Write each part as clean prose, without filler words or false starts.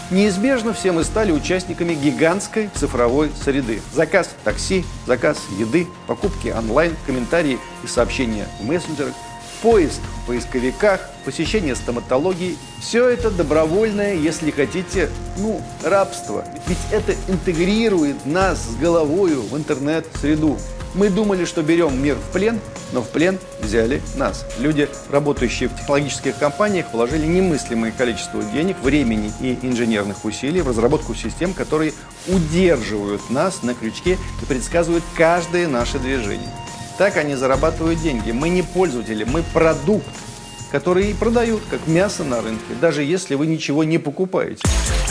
Неизбежно все мы стали участниками гигантской цифровой среды. Заказ такси, заказ еды, покупки онлайн, комментарии и сообщения в мессенджерах, поиск в поисковиках, посещение стоматологии. Все это добровольное, если хотите, рабство. Ведь это интегрирует нас с головою в интернет-среду. Мы думали, что берем мир в плен, но в плен взяли нас. Люди, работающие в технологических компаниях, вложили немыслимое количество денег, времени и инженерных усилий в разработку систем, которые удерживают нас на крючке и предсказывают каждое наше движение. Так они зарабатывают деньги. Мы не пользователи, мы продукт, который и продают, как мясо на рынке, даже если вы ничего не покупаете.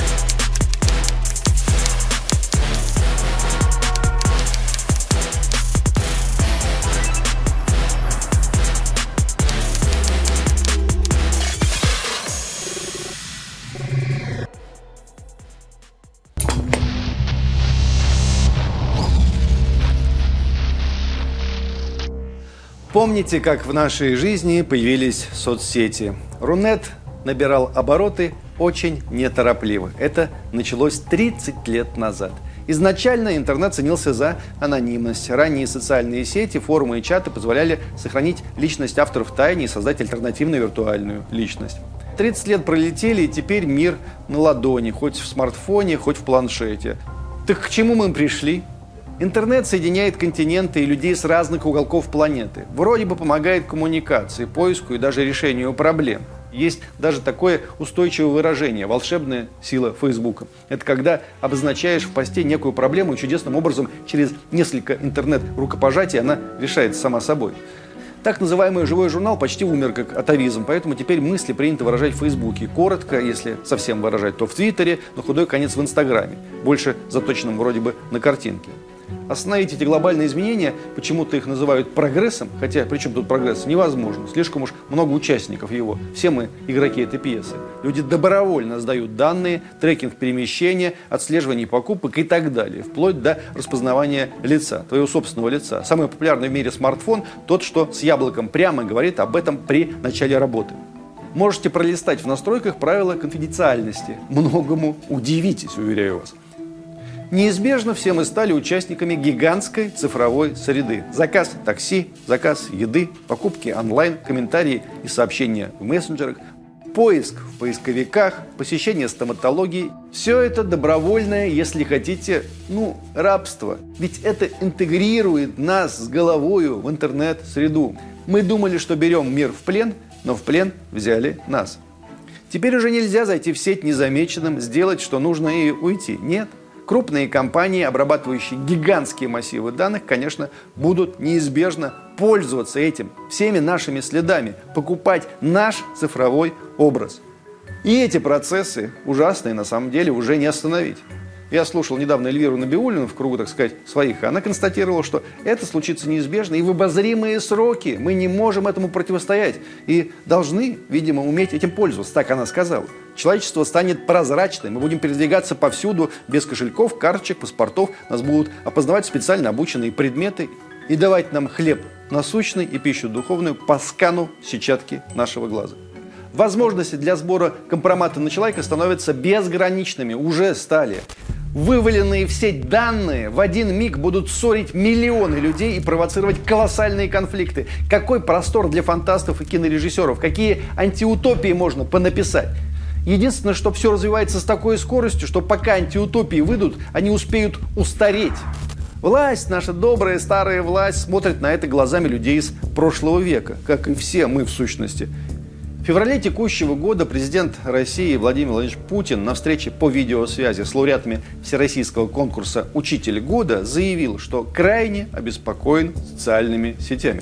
Помните, как в нашей жизни появились соцсети? Рунет набирал обороты очень неторопливо. Это началось 30 лет назад. Изначально интернет ценился за анонимность. Ранние социальные сети, форумы и чаты позволяли сохранить личность авторов в тайне и создать альтернативную виртуальную личность. 30 лет пролетели, и теперь мир на ладони, хоть в смартфоне, хоть в планшете. Так к чему мы пришли? Интернет соединяет континенты и людей с разных уголков планеты. Вроде бы помогает коммуникации, поиску и даже решению проблем. Есть даже такое устойчивое выражение – волшебная сила Фейсбука. Это когда обозначаешь в посте некую проблему, и чудесным образом через несколько интернет-рукопожатий она решается сама собой. Так называемый живой журнал почти умер как атавизм, поэтому теперь мысли принято выражать в Фейсбуке. Коротко, если совсем выражать, то в Твиттере, на худой конец в Инстаграме. Больше заточенным вроде бы на картинке. Остановить эти глобальные изменения, почему-то их называют прогрессом, хотя при чем тут прогресс, невозможно, слишком уж много участников его. Все мы игроки этой пьесы. Люди добровольно сдают данные, трекинг перемещения, отслеживание покупок и так далее, вплоть до распознавания лица, твоего собственного лица. Самый популярный в мире смартфон – тот, что с яблоком прямо говорит об этом при начале работы. Можете пролистать в настройках правила конфиденциальности. Многому удивитесь, уверяю вас. Неизбежно все мы стали участниками гигантской цифровой среды. Заказ такси, заказ еды, покупки онлайн, комментарии и сообщения в мессенджерах, поиск в поисковиках, посещение стоматологии. Все это добровольное, если хотите, рабство. Ведь это интегрирует нас с головою в интернет-среду. Мы думали, что берем мир в плен, но в плен взяли нас. Теперь уже нельзя зайти в сеть незамеченным, сделать, что нужно, и уйти. Нет. Крупные компании, обрабатывающие гигантские массивы данных, конечно, будут неизбежно пользоваться этим, всеми нашими следами, покупать наш цифровой образ. И эти процессы ужасные, на самом деле, уже не остановить. Я слушал недавно Эльвиру Набиуллину в кругу, так сказать, своих. Она констатировала, что это случится неизбежно и в обозримые сроки. Мы не можем этому противостоять и должны, видимо, уметь этим пользоваться, так она сказала. Человечество станет прозрачным, мы будем передвигаться повсюду без кошельков, карточек, паспортов. Нас будут опознавать специально обученные предметы и давать нам хлеб насущный и пищу духовную по скану сетчатки нашего глаза. Возможности для сбора компромата на человека становятся безграничными, уже стали. Вываленные в сеть данные в один миг будут ссорить миллионы людей и провоцировать колоссальные конфликты. Какой простор для фантастов и кинорежиссеров, какие антиутопии можно понаписать. Единственное, что все развивается с такой скоростью, что пока антиутопии выйдут, они успеют устареть. Власть, наша добрая старая власть, смотрит на это глазами людей из прошлого века, как и все мы в сущности. В феврале текущего года президент России Владимир Владимирович Путин на встрече по видеосвязи с лауреатами Всероссийского конкурса «Учитель года» заявил, что крайне обеспокоен социальными сетями.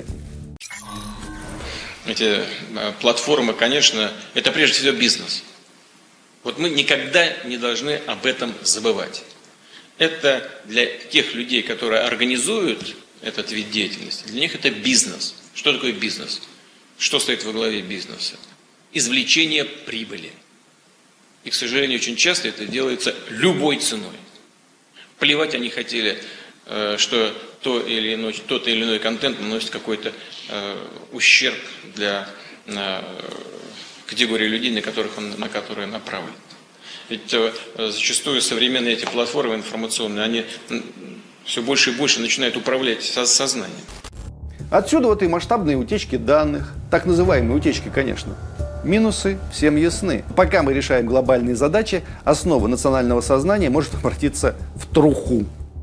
Эти платформы, конечно, это прежде всего бизнес. Вот мы никогда не должны об этом забывать. Это для тех людей, которые организуют этот вид деятельности, для них это бизнес. Что такое бизнес? Что стоит во главе бизнеса? Извлечение прибыли. И, к сожалению, очень часто это делается любой ценой. Плевать они хотели, что тот или иной контент наносит какой-то ущерб для категории людей, на которые направлен. Ведь зачастую современные эти платформы информационные, они все больше и больше начинают управлять сознанием. Отсюда вот и масштабные утечки данных, так называемые утечки, конечно. Минусы всем ясны. Пока мы решаем глобальные задачи, основа национального сознания может обратиться в труху.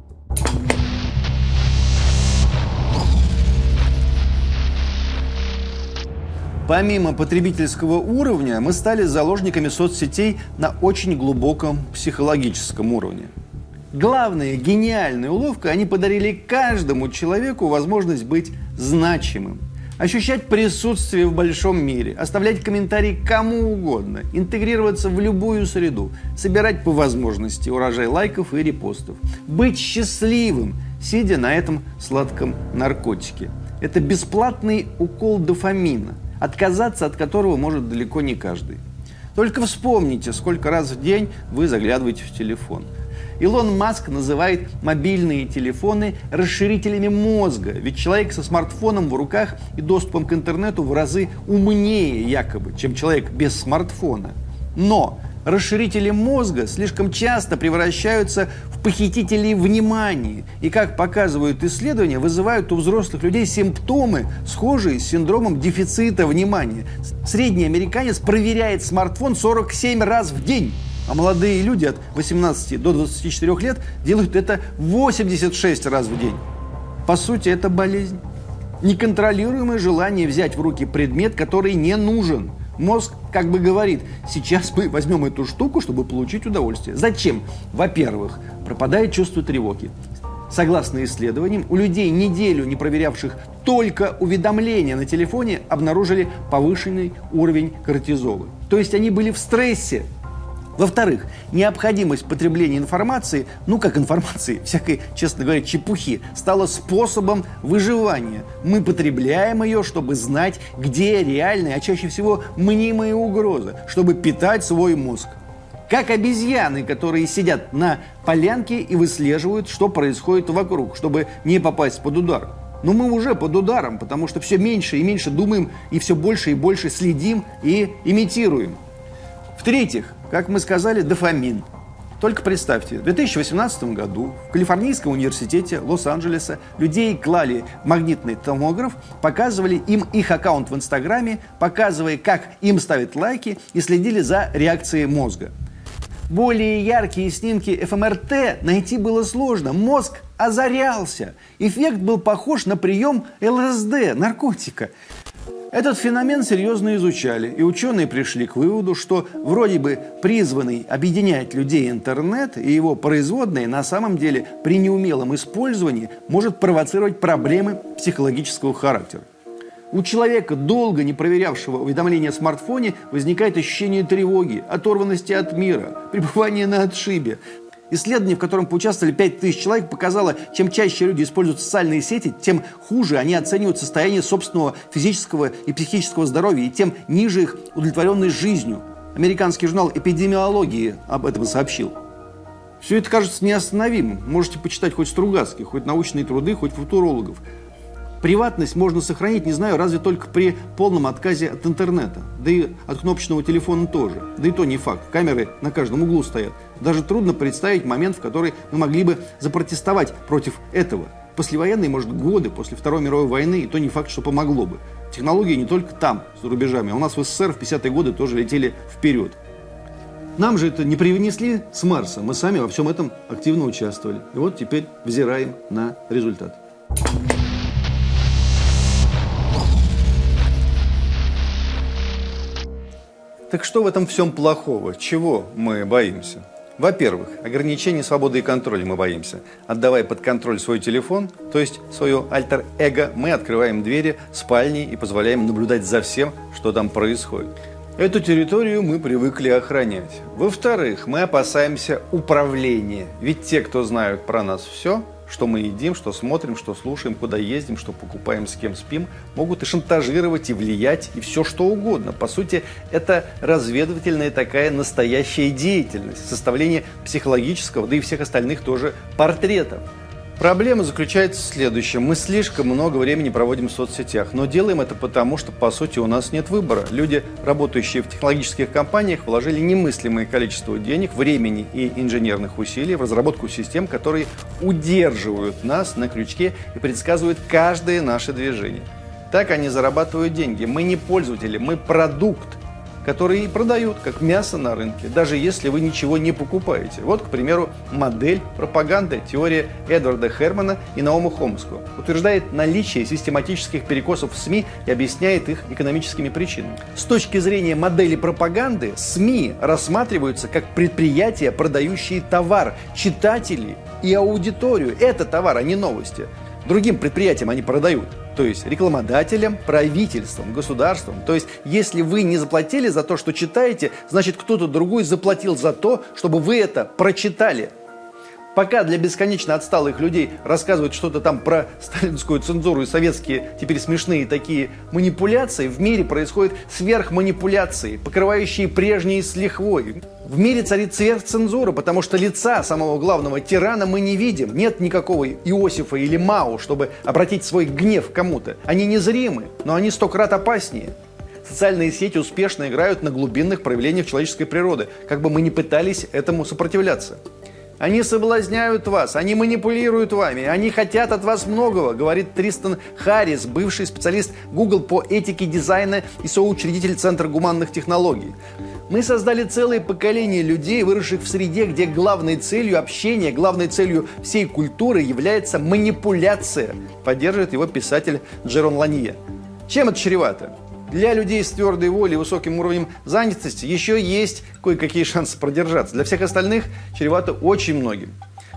Помимо потребительского уровня, мы стали заложниками соцсетей на очень глубоком психологическом уровне. Главная гениальная уловка – они подарили каждому человеку возможность быть значимым, ощущать присутствие в большом мире, оставлять комментарии кому угодно, интегрироваться в любую среду, собирать по возможности урожай лайков и репостов, быть счастливым, сидя на этом сладком наркотике. Это бесплатный укол дофамина, отказаться от которого может далеко не каждый. Только вспомните, сколько раз в день вы заглядываете в телефон. Илон Маск называет мобильные телефоны расширителями мозга, ведь человек со смартфоном в руках и доступом к интернету в разы умнее якобы, чем человек без смартфона. Но расширители мозга слишком часто превращаются в похитителей внимания и, как показывают исследования, вызывают у взрослых людей симптомы, схожие с синдромом дефицита внимания. Средний американец проверяет смартфон 47 раз в день. А молодые люди от 18 до 24 лет делают это 86 раз в день. По сути, это болезнь. Неконтролируемое желание взять в руки предмет, который не нужен. Мозг как бы говорит: сейчас мы возьмем эту штуку, чтобы получить удовольствие. Зачем? Во-первых, пропадает чувство тревоги. Согласно исследованиям, у людей, неделю не проверявших только уведомления на телефоне, обнаружили повышенный уровень кортизола. То есть они были в стрессе. Во-вторых, необходимость потребления информации, как информации, всякой, честно говоря, чепухи, стала способом выживания. Мы потребляем ее, чтобы знать, где реальные, а чаще всего мнимые угрозы, чтобы питать свой мозг. Как обезьяны, которые сидят на полянке и выслеживают, что происходит вокруг, чтобы не попасть под удар. Но мы уже под ударом, потому что все меньше и меньше думаем и все больше и больше следим и имитируем. В-третьих, как мы сказали, дофамин. Только представьте, в 2018 году в Калифорнийском университете Лос-Анджелеса людей клали в магнитный томограф, показывали им их аккаунт в Инстаграме, показывая, как им ставят лайки, и следили за реакцией мозга. Более яркие снимки ФМРТ найти было сложно. Мозг озарялся. Эффект был похож на прием ЛСД, наркотика. Этот феномен серьезно изучали, и ученые пришли к выводу, что вроде бы призванный объединять людей интернет и его производные на самом деле при неумелом использовании может провоцировать проблемы психологического характера. У человека, долго не проверявшего уведомления в смартфоне, возникает ощущение тревоги, оторванности от мира, пребывания на отшибе. Исследование, в котором поучаствовали 5000 человек, показало, чем чаще люди используют социальные сети, тем хуже они оценивают состояние собственного физического и психического здоровья, и тем ниже их удовлетворенность жизнью. Американский журнал эпидемиологии об этом сообщил. Все это кажется неостановимым. Можете почитать хоть Стругацких, хоть научные труды, хоть футурологов. Приватность можно сохранить, не знаю, разве только при полном отказе от интернета. Да и от кнопочного телефона тоже. Да и то не факт. Камеры на каждом углу стоят. Даже трудно представить момент, в который мы могли бы запротестовать против этого. Послевоенные, может, годы после Второй мировой войны, и то не факт, что помогло бы. Технологии не только там, за рубежами, а у нас в СССР в 50-е годы тоже летели вперед. Нам же это не привнесли с Марса. Мы сами во всем этом активно участвовали. И вот теперь взираем на результат. Так что в этом всем плохого? Чего мы боимся? Во-первых, ограничения свободы и контроля мы боимся. Отдавая под контроль свой телефон, то есть свое альтер-эго, мы открываем двери спальни и позволяем наблюдать за всем, что там происходит. Эту территорию мы привыкли охранять. Во-вторых, мы опасаемся управления. Ведь те, кто знают про нас все, что мы едим, что смотрим, что слушаем, куда ездим, что покупаем, с кем спим, могут и шантажировать, и влиять, и все что угодно. По сути, это разведывательная такая настоящая деятельность, составление психологического, да и всех остальных тоже портретов. Проблема заключается в следующем. Мы слишком много времени проводим в соцсетях, но делаем это потому, что, по сути, у нас нет выбора. Люди, работающие в технологических компаниях, вложили немыслимое количество денег, времени и инженерных усилий в разработку систем, которые удерживают нас на крючке и предсказывают каждое наше движение. Так они зарабатывают деньги. Мы не пользователи, мы продукт, которые продают как мясо на рынке, даже если вы ничего не покупаете. Вот, к примеру, модель пропаганды, теория Эдварда Хермана и Наома Хомского. Утверждает наличие систематических перекосов в СМИ и объясняет их экономическими причинами. С точки зрения модели пропаганды, СМИ рассматриваются как предприятия, продающие товар, читателей и аудиторию. Это товар, а не новости. Другим предприятиям они продают. То есть рекламодателям, правительствам, государствам. То есть если вы не заплатили за то, что читаете, значит кто-то другой заплатил за то, чтобы вы это прочитали. Пока для бесконечно отсталых людей рассказывают что-то там про сталинскую цензуру и советские теперь смешные такие манипуляции, в мире происходят сверхманипуляции, покрывающие прежние с лихвой. В мире царит сверхцензура, потому что лица самого главного тирана мы не видим. Нет никакого Иосифа или Мао, чтобы обратить свой гнев к кому-то. Они незримы, но они 100 крат опаснее. Социальные сети успешно играют на глубинных проявлениях человеческой природы, как бы мы ни пытались этому сопротивляться. Они соблазняют вас, они манипулируют вами, они хотят от вас многого, говорит Тристан Харрис, бывший специалист Google по этике дизайна и соучредитель Центра гуманных технологий. Мы создали целое поколение людей, выросших в среде, где главной целью общения, главной целью всей культуры является манипуляция, поддерживает его писатель Джерон Ланье. Чем это чревато? Для людей с твердой волей и высоким уровнем занятости еще есть кое-какие шансы продержаться. Для всех остальных чревато очень многим.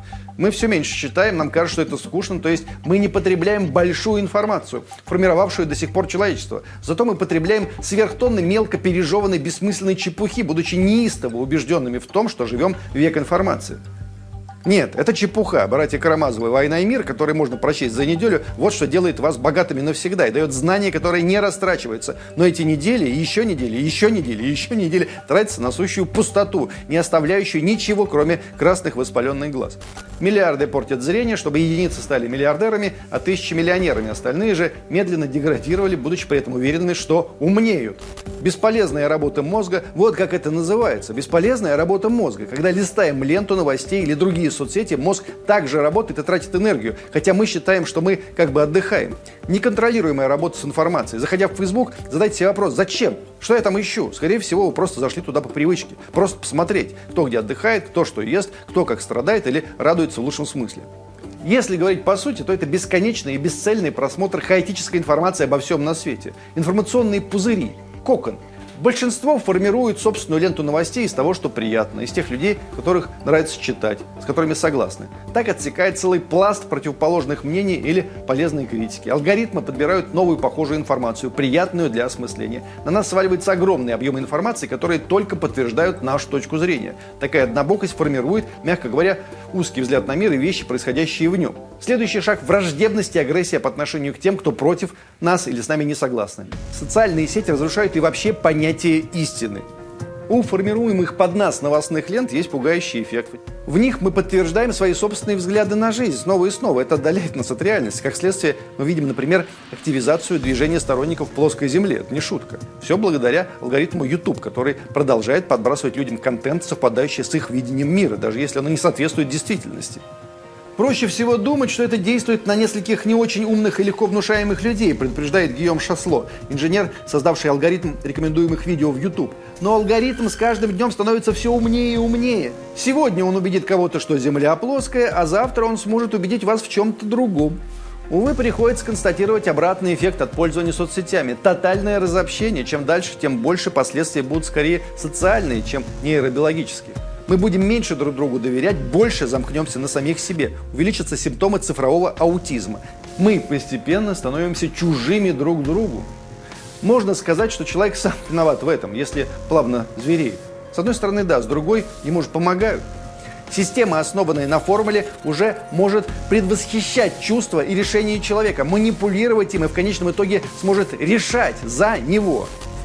Мы все меньше читаем, нам кажется, что это скучно, то есть мы не потребляем большую информацию, формировавшую до сих пор человечество. Зато мы потребляем сверхтонны мелко пережеванной бессмысленной чепухи, будучи неистово убежденными в том, что живем в век информации. Нет, это чепуха. Братья Карамазовы «Война и мир», который можно прочесть за неделю, вот что делает вас богатыми навсегда и дает знания, которые не растрачиваются. Но эти недели, еще недели, еще недели, еще недели тратятся на сущую пустоту, не оставляющую ничего, кроме красных воспаленных глаз. Миллиарды портят зрение, чтобы единицы стали миллиардерами, а тысячи миллионерами. Остальные же медленно деградировали, будучи при этом уверенными, что умнеют. Бесполезная работа мозга, вот как это называется. Бесполезная работа мозга. Когда листаем ленту новостей или другие соцсети, мозг также работает и тратит энергию, хотя мы считаем, что мы как бы отдыхаем. Неконтролируемая работа с информацией. Заходя в Facebook, задайте себе вопрос: зачем? Что я там ищу? Скорее всего, вы просто зашли туда по привычке. Просто посмотреть, кто где отдыхает, кто что ест, кто как страдает или радуется в лучшем смысле. Если говорить по сути, то это бесконечный и бесцельный просмотр хаотической информации обо всем на свете. Информационные пузыри, кокон. Большинство формирует собственную ленту новостей из того, что приятно, из тех людей, которых нравится читать, с которыми согласны. Так отсекает целый пласт противоположных мнений или полезной критики. Алгоритмы подбирают новую похожую информацию, приятную для осмысления. На нас сваливается огромный объем информации, которые только подтверждают нашу точку зрения. Такая однобокость формирует, мягко говоря, узкий взгляд на мир и вещи, происходящие в нем. Следующий шаг – враждебность и агрессия по отношению к тем, кто против нас или с нами не согласны. Социальные сети разрушают и вообще понятие истины. У формируемых под нас новостных лент есть пугающий эффект. В них мы подтверждаем свои собственные взгляды на жизнь снова и снова. Это отдаляет нас от реальности. Как следствие, мы видим, например, активизацию движения сторонников плоской земли. Это не шутка. Все благодаря алгоритму YouTube, который продолжает подбрасывать людям контент, совпадающий с их видением мира, даже если оно не соответствует действительности. Проще всего думать, что это действует на нескольких не очень умных и легко внушаемых людей, предупреждает Гийом Шасло, инженер, создавший алгоритм рекомендуемых видео в YouTube. Но алгоритм с каждым днем становится все умнее и умнее. Сегодня он убедит кого-то, что Земля плоская, а завтра он сможет убедить вас в чем-то другом. Увы, приходится констатировать обратный эффект от пользования соцсетями. Тотальное разобщение. Чем дальше, тем больше последствия будут скорее социальные, чем нейробиологические. Мы будем меньше друг другу доверять, больше замкнемся на самих себе. Увеличатся симптомы цифрового аутизма. Мы постепенно становимся чужими друг другу. Можно сказать, что человек сам виноват в этом, если плавно звереет. С одной стороны, да, с другой ему же помогают. Система, основанная на формуле, уже может предвосхищать чувства и решения человека, манипулировать им и в конечном итоге сможет решать за него.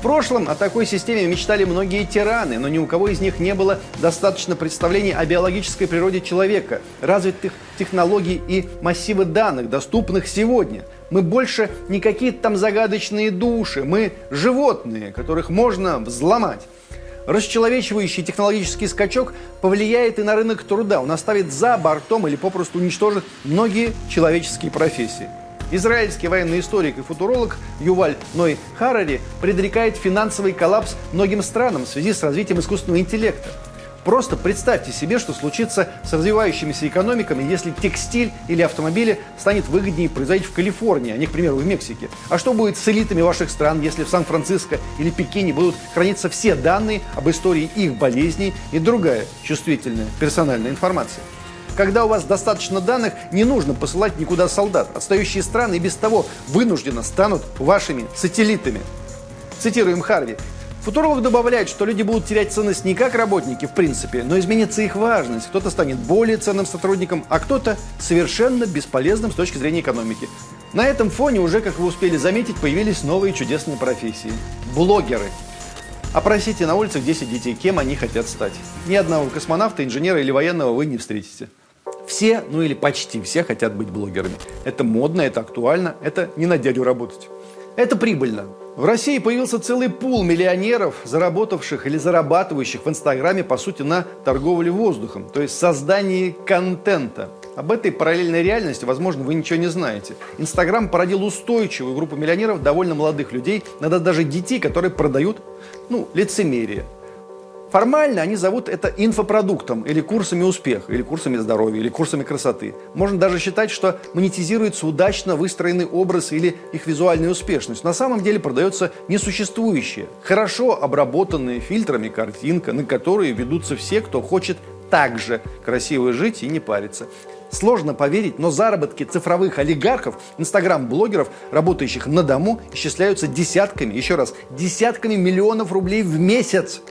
прошлом о такой системе мечтали многие тираны, но ни у кого из них не было достаточно представлений о биологической природе человека, развитых технологий и массивы данных, доступных сегодня. Мы больше не какие-то там загадочные души, мы животные, которых можно взломать. Расчеловечивающий технологический скачок повлияет и на рынок труда. Он оставит за бортом или попросту уничтожит многие человеческие профессии. Израильский военный историк и футуролог Юваль Ной Харари предрекает финансовый коллапс многим странам в связи с развитием искусственного интеллекта. Просто представьте себе, что случится с развивающимися экономиками, если текстиль или автомобили станет выгоднее производить в Калифорнии, а не, к примеру, в Мексике. А что будет с элитами ваших стран, если в Сан-Франциско или Пекине будут храниться все данные об истории их болезней и другая чувствительная персональная информация? Когда у вас достаточно данных, не нужно посылать никуда солдат. Отстающие страны и без того вынужденно станут вашими сателлитами. Цитируем Харви. Футуролог добавляет, что люди будут терять ценность не как работники в принципе, но изменится их важность. Кто-то станет более ценным сотрудником, а кто-то совершенно бесполезным с точки зрения экономики. На этом фоне уже, как вы успели заметить, появились новые чудесные профессии. Блогеры. Опросите на улицах 10 детей, кем они хотят стать. Ни одного космонавта, инженера или военного вы не встретите. Все, ну или почти все хотят быть блогерами. Это модно, это актуально, это не на дядю работать. Это прибыльно. В России появился целый пул миллионеров, заработавших или зарабатывающих в Инстаграме, по сути, на торговле воздухом, то есть создании контента. Об этой параллельной реальности, возможно, вы ничего не знаете. Инстаграм породил устойчивую группу миллионеров, довольно молодых людей, иногда даже детей, которые продают, лицемерие. Формально они зовут это инфопродуктом, или курсами успеха, или курсами здоровья, или курсами красоты. Можно даже считать, что монетизируется удачно выстроенный образ или их визуальная успешность. На самом деле продается несуществующая, хорошо обработанная фильтрами картинка, на которые ведутся все, кто хочет так же красиво жить и не париться. Сложно поверить, но заработки цифровых олигархов, инстаграм-блогеров, работающих на дому, исчисляются десятками, еще раз, десятками миллионов рублей в месяц.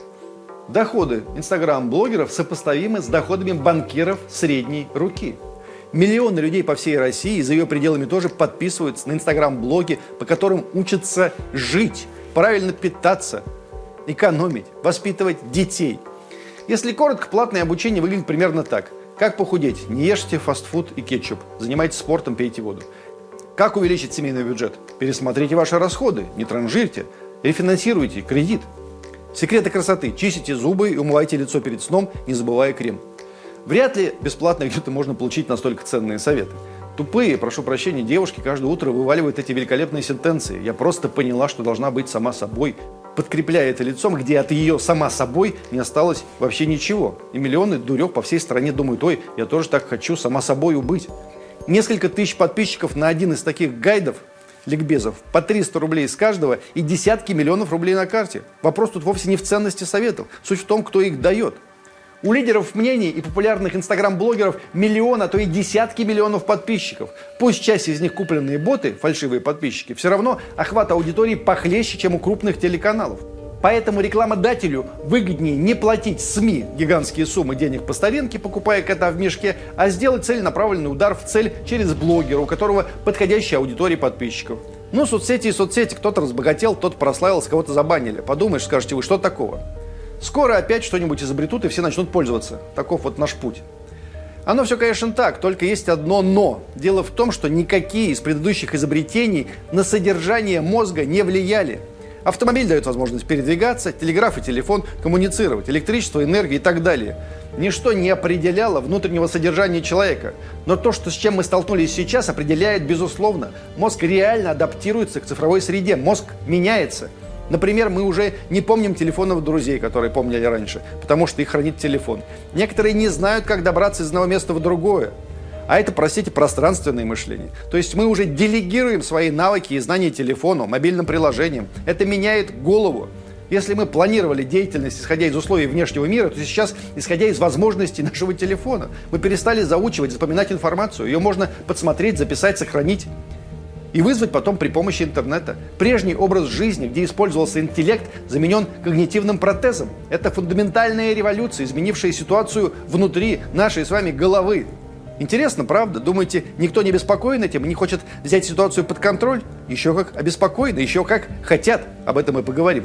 Доходы инстаграм-блогеров сопоставимы с доходами банкиров средней руки. Миллионы людей по всей России и за ее пределами тоже подписываются на инстаграм-блоги, по которым учатся жить, правильно питаться, экономить, воспитывать детей. Если коротко, платное обучение выглядит примерно так. Как похудеть? Не ешьте фастфуд и кетчуп. Занимайтесь спортом, пейте воду. Как увеличить семейный бюджет? Пересмотрите ваши расходы, не транжирьте, рефинансируйте кредит. Секреты красоты. Чистите зубы и умывайте лицо перед сном, не забывая крем. Вряд ли бесплатно где-то можно получить настолько ценные советы. Тупые, прошу прощения, девушки каждое утро вываливают эти великолепные сентенции. Я просто поняла, что должна быть сама собой, подкрепляя это лицом, где от ее сама собой не осталось вообще ничего. И миллионы дурек по всей стране думают: ой, я тоже так хочу сама собой быть. Несколько тысяч подписчиков на один из таких гайдов, ликбезов, по 300 рублей с каждого и десятки миллионов рублей на карте. Вопрос тут вовсе не в ценности советов. Суть в том, кто их дает. У лидеров мнений и популярных инстаграм-блогеров миллион, а то и десятки миллионов подписчиков. Пусть часть из них купленные боты, фальшивые подписчики, все равно охват аудитории похлеще, чем у крупных телеканалов. Поэтому рекламодателю выгоднее не платить СМИ гигантские суммы денег по старинке, покупая кота в мешке, а сделать целенаправленный удар в цель через блогера, у которого подходящая аудитория подписчиков. Соцсети и соцсети. Кто-то разбогател, кто-то прославился, кого-то забанили. Подумаешь, скажете вы, что такого? Скоро опять что-нибудь изобретут, и все начнут пользоваться. Таков вот наш путь. Оно все, конечно, так, только есть одно «но». Дело в том, что никакие из предыдущих изобретений на содержание мозга не влияли. Автомобиль дает возможность передвигаться, телеграф и телефон коммуницировать, электричество, энергия и так далее. Ничто не определяло внутреннего содержания человека. Но то, с чем мы столкнулись сейчас, определяет безусловно. Мозг реально адаптируется к цифровой среде, мозг меняется. Например, мы уже не помним телефонов друзей, которые помнили раньше, потому что их хранит телефон. Некоторые не знают, как добраться из одного места в другое. А это, простите, пространственное мышление. То есть мы уже делегируем свои навыки и знания телефону, мобильным приложениям. Это меняет голову. Если мы планировали деятельность, исходя из условий внешнего мира, то сейчас, исходя из возможностей нашего телефона, мы перестали заучивать, запоминать информацию. Ее можно подсмотреть, записать, сохранить и вызвать потом при помощи интернета. Прежний образ жизни, где использовался интеллект, заменен когнитивным протезом. Это фундаментальная революция, изменившая ситуацию внутри нашей с вами головы. Интересно, правда? Думаете, никто не обеспокоен этим и не хочет взять ситуацию под контроль? Еще как обеспокоены, еще как хотят. Об этом мы поговорим.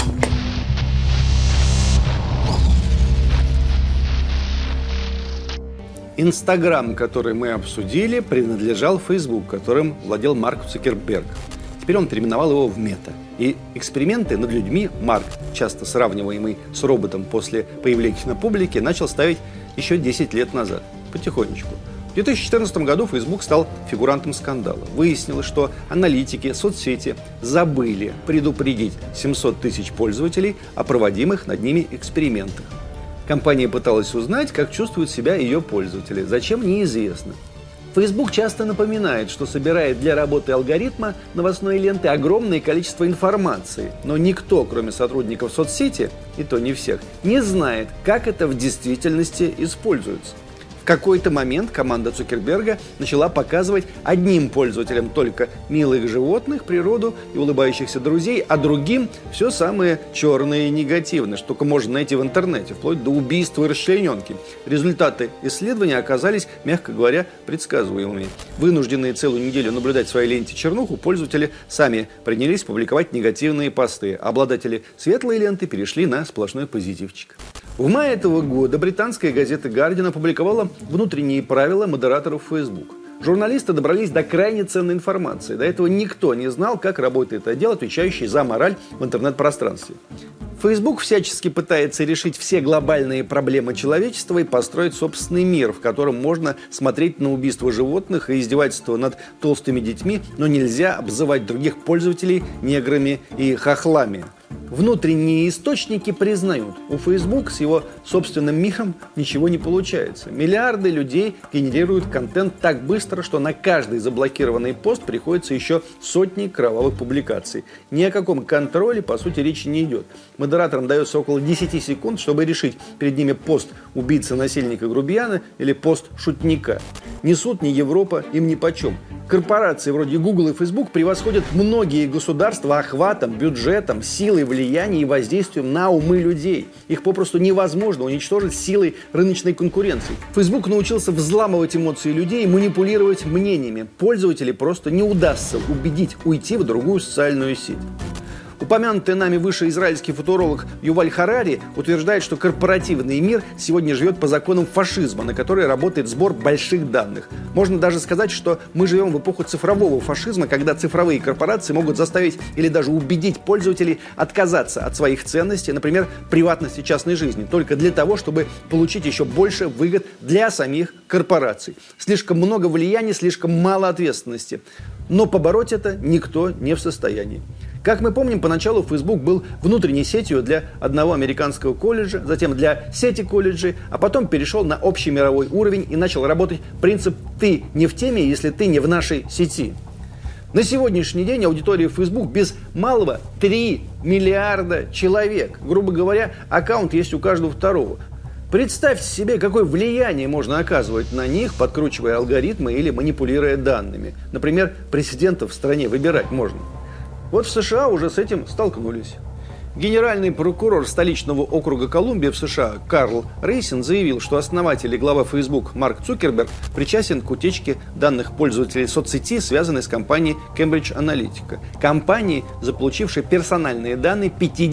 Инстаграм, который мы обсудили, принадлежал Facebook, которым владел Марк Цукерберг. Теперь он переименовал его в Мета. И эксперименты над людьми Марк, часто сравниваемый с роботом после появления на публике, начал ставить еще 10 лет назад. Потихонечку. В 2014 году Facebook стал фигурантом скандала. Выяснилось, что аналитики соцсети забыли предупредить 700 тысяч пользователей о проводимых над ними экспериментах. Компания пыталась узнать, как чувствуют себя ее пользователи. Зачем, неизвестно. Facebook часто напоминает, что собирает для работы алгоритма новостной ленты огромное количество информации. Но никто, кроме сотрудников соцсети, и то не всех, не знает, как это в действительности используется. В какой-то момент команда Цукерберга начала показывать одним пользователям только милых животных, природу и улыбающихся друзей, а другим все самое черное и негативное, что только можно найти в интернете, вплоть до убийства и расчлененки. Результаты исследования оказались, мягко говоря, предсказуемыми. Вынужденные целую неделю наблюдать в своей ленте чернуху, пользователи сами принялись публиковать негативные посты. Обладатели светлой ленты перешли на сплошной позитивчик. В мае этого года британская газета «Гардиан» опубликовала внутренние правила модераторов Facebook. Журналисты добрались до крайне ценной информации. До этого никто не знал, как работает отдел, отвечающий за мораль в интернет-пространстве. Facebook всячески пытается решить все глобальные проблемы человечества и построить собственный мир, в котором можно смотреть на убийство животных и издевательство над толстыми детьми, но нельзя обзывать других пользователей неграми и хохлами. Внутренние источники признают, у Facebook с его собственным миром ничего не получается. Миллиарды людей генерируют контент так быстро, что на каждый заблокированный пост приходится еще сотни кровавых публикаций. Ни о каком контроле, по сути, речи не идет. Модераторам дается около 10 секунд, чтобы решить, перед ними пост убийцы, насильника, грубияна или пост шутника. Ни суд, ни Европа им нипочем. Корпорации вроде Google и Facebook превосходят многие государства охватом, бюджетом, силой, влиянием и воздействием на умы людей. Их попросту невозможно уничтожить силой рыночной конкуренции. Facebook научился взламывать эмоции людей и манипулировать мнениями. Пользователей просто не удастся убедить уйти в другую социальную сеть. Упомянутый нами выше израильский футуролог Юваль Харари утверждает, что корпоративный мир сегодня живет по законам фашизма, на который работает сбор больших данных. Можно даже сказать, что мы живем в эпоху цифрового фашизма, когда цифровые корпорации могут заставить или даже убедить пользователей отказаться от своих ценностей, например, приватности частной жизни, только для того, чтобы получить еще больше выгод для самих корпораций. Слишком много влияния, слишком мало ответственности. Но побороть это никто не в состоянии. Как мы помним, поначалу Facebook был внутренней сетью для одного американского колледжа, затем для сети колледжей, а потом перешел на общий мировой уровень и начал работать принцип «ты не в теме, если ты не в нашей сети». На сегодняшний день аудитория Facebook без малого 3 миллиарда человек. Грубо говоря, аккаунт есть у каждого второго. Представьте себе, какое влияние можно оказывать на них, подкручивая алгоритмы или манипулируя данными. Например, президента в стране выбирать можно. Вот в США уже с этим столкнулись. Генеральный прокурор столичного округа Колумбия в США Карл Рейсин заявил, что основатель и глава Facebook Марк Цукерберг причастен к утечке данных пользователей соцсети, связанной с компанией Cambridge Analytica. Компанией, заполучившей персональные данные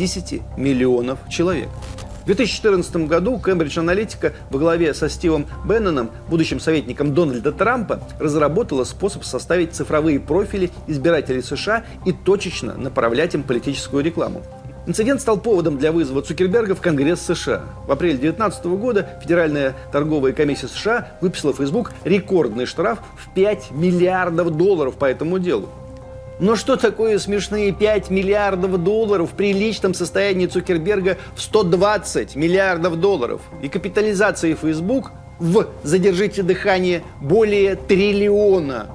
50 миллионов человек. В 2014 году Cambridge Analytica во главе со Стивом Бенноном, будущим советником Дональда Трампа, разработала способ составить цифровые профили избирателей США и точечно направлять им политическую рекламу. Инцидент стал поводом для вызова Цукерберга в Конгресс США. В апреле 2019 года Федеральная торговая комиссия США выписала Facebook рекордный штраф в $5 миллиардов по этому делу. Но что такое смешные $5 миллиардов при личном состоянии Цукерберга в $120 миллиардов и капитализации Facebook в, задержите дыхание, более $1 триллиона?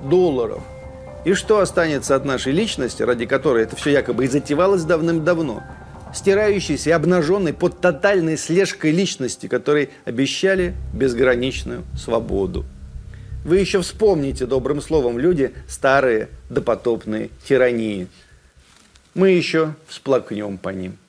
И что останется от нашей личности, ради которой это все якобы и затевалось давным-давно? Стирающейся и обнаженной под тотальной слежкой личности, которой обещали безграничную свободу. Вы еще вспомните добрым словом, люди, старые допотопные тирании. Мы еще всплакнем по ним.